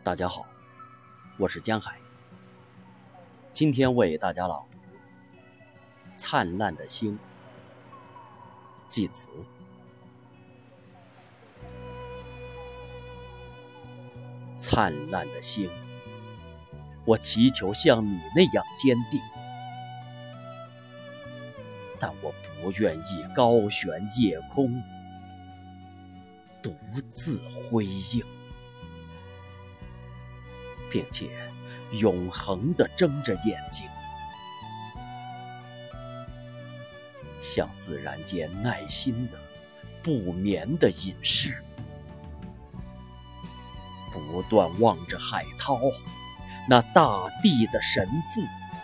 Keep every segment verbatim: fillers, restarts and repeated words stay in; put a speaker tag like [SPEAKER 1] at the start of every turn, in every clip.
[SPEAKER 1] 大家好，我是江海，今天为大家朗读《灿烂的星》祭词。灿烂的星，我祈求像你那样坚定，但我不愿意高悬夜空，独自辉映，并且永恒地睁着眼睛，向自然间耐心的、不眠的隐视，不断望着海涛，那大地的神父，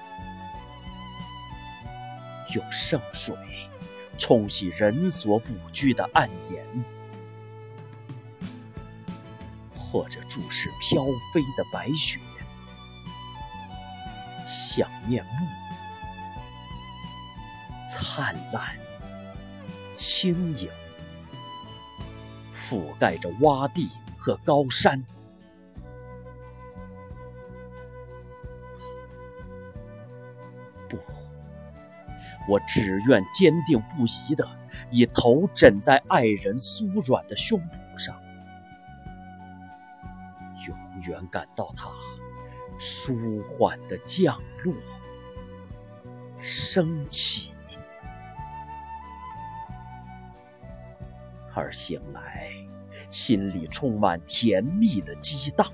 [SPEAKER 1] 用圣水冲洗人所不居的暗岩，或者注视飘飞的白雪，像面目灿烂轻盈，覆盖着洼地和高山。不，我只愿坚定不移地以头枕在爱人酥软的胸脯上，永远感到它舒缓的降落、升起，而醒来，心里充满甜蜜的激荡，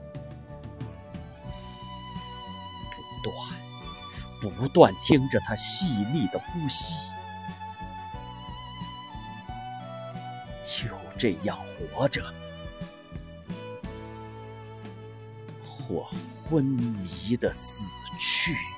[SPEAKER 1] 不断、不断听着它细腻的呼吸，就这样活着，或昏迷的死去。